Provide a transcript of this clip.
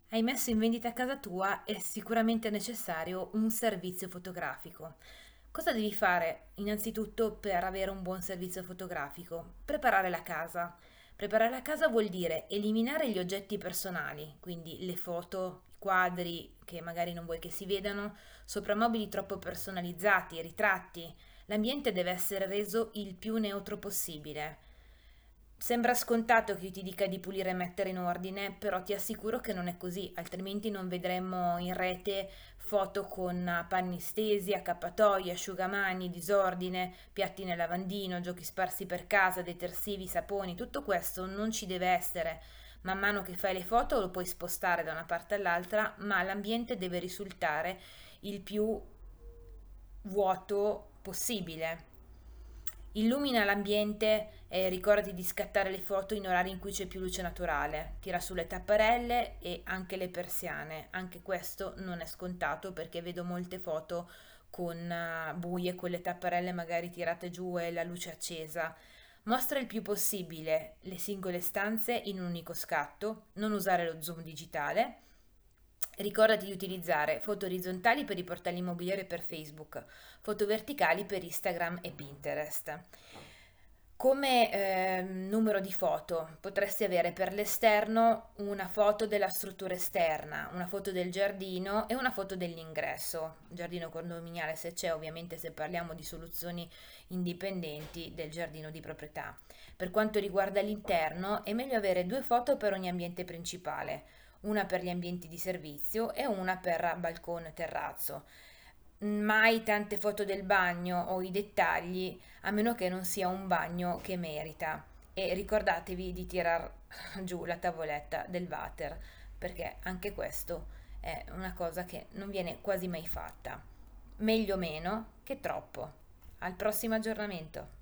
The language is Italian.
Hai messo in vendita casa tua, è sicuramente necessario un servizio fotografico. Cosa devi fare innanzitutto per avere un buon servizio fotografico? Preparare la casa. Preparare la casa vuol dire eliminare gli oggetti personali, quindi le foto, i quadri che magari non vuoi che si vedano, soprammobili troppo personalizzati, ritratti. L'ambiente deve essere reso il più neutro possibile. Sembra scontato che io ti dica di pulire e mettere in ordine, però ti assicuro che non è così, altrimenti non vedremmo in rete foto con panni stesi, accappatoi, asciugamani, disordine, piatti nel lavandino, giochi sparsi per casa, detersivi, saponi, tutto questo non ci deve essere. Man mano che fai le foto lo puoi spostare da una parte all'altra, ma l'ambiente deve risultare il più vuoto possibile. Illumina l'ambiente e ricordati di scattare le foto in orari in cui c'è più luce naturale. Tira sulle tapparelle e anche le persiane. Anche questo non è scontato perché vedo molte foto con buie con le tapparelle magari tirate giù e la luce accesa. Mostra il più possibile le singole stanze in un unico scatto, non usare lo zoom digitale. Ricordati di utilizzare foto orizzontali per i portali immobiliari e per Facebook, foto verticali per Instagram e Pinterest. Come numero di foto potresti avere per l'esterno una foto della struttura esterna, una foto del giardino e una foto dell'ingresso, giardino condominiale se c'è, ovviamente se parliamo di soluzioni indipendenti del giardino di proprietà. Per quanto riguarda l'interno, è meglio avere due foto per ogni ambiente principale, una per gli ambienti di servizio e una per balcone e terrazzo. Mai tante foto del bagno o i dettagli, a meno che non sia un bagno che merita. E ricordatevi di tirar giù la tavoletta del water, perché anche questo è una cosa che non viene quasi mai fatta. Meglio meno che troppo. Al prossimo aggiornamento.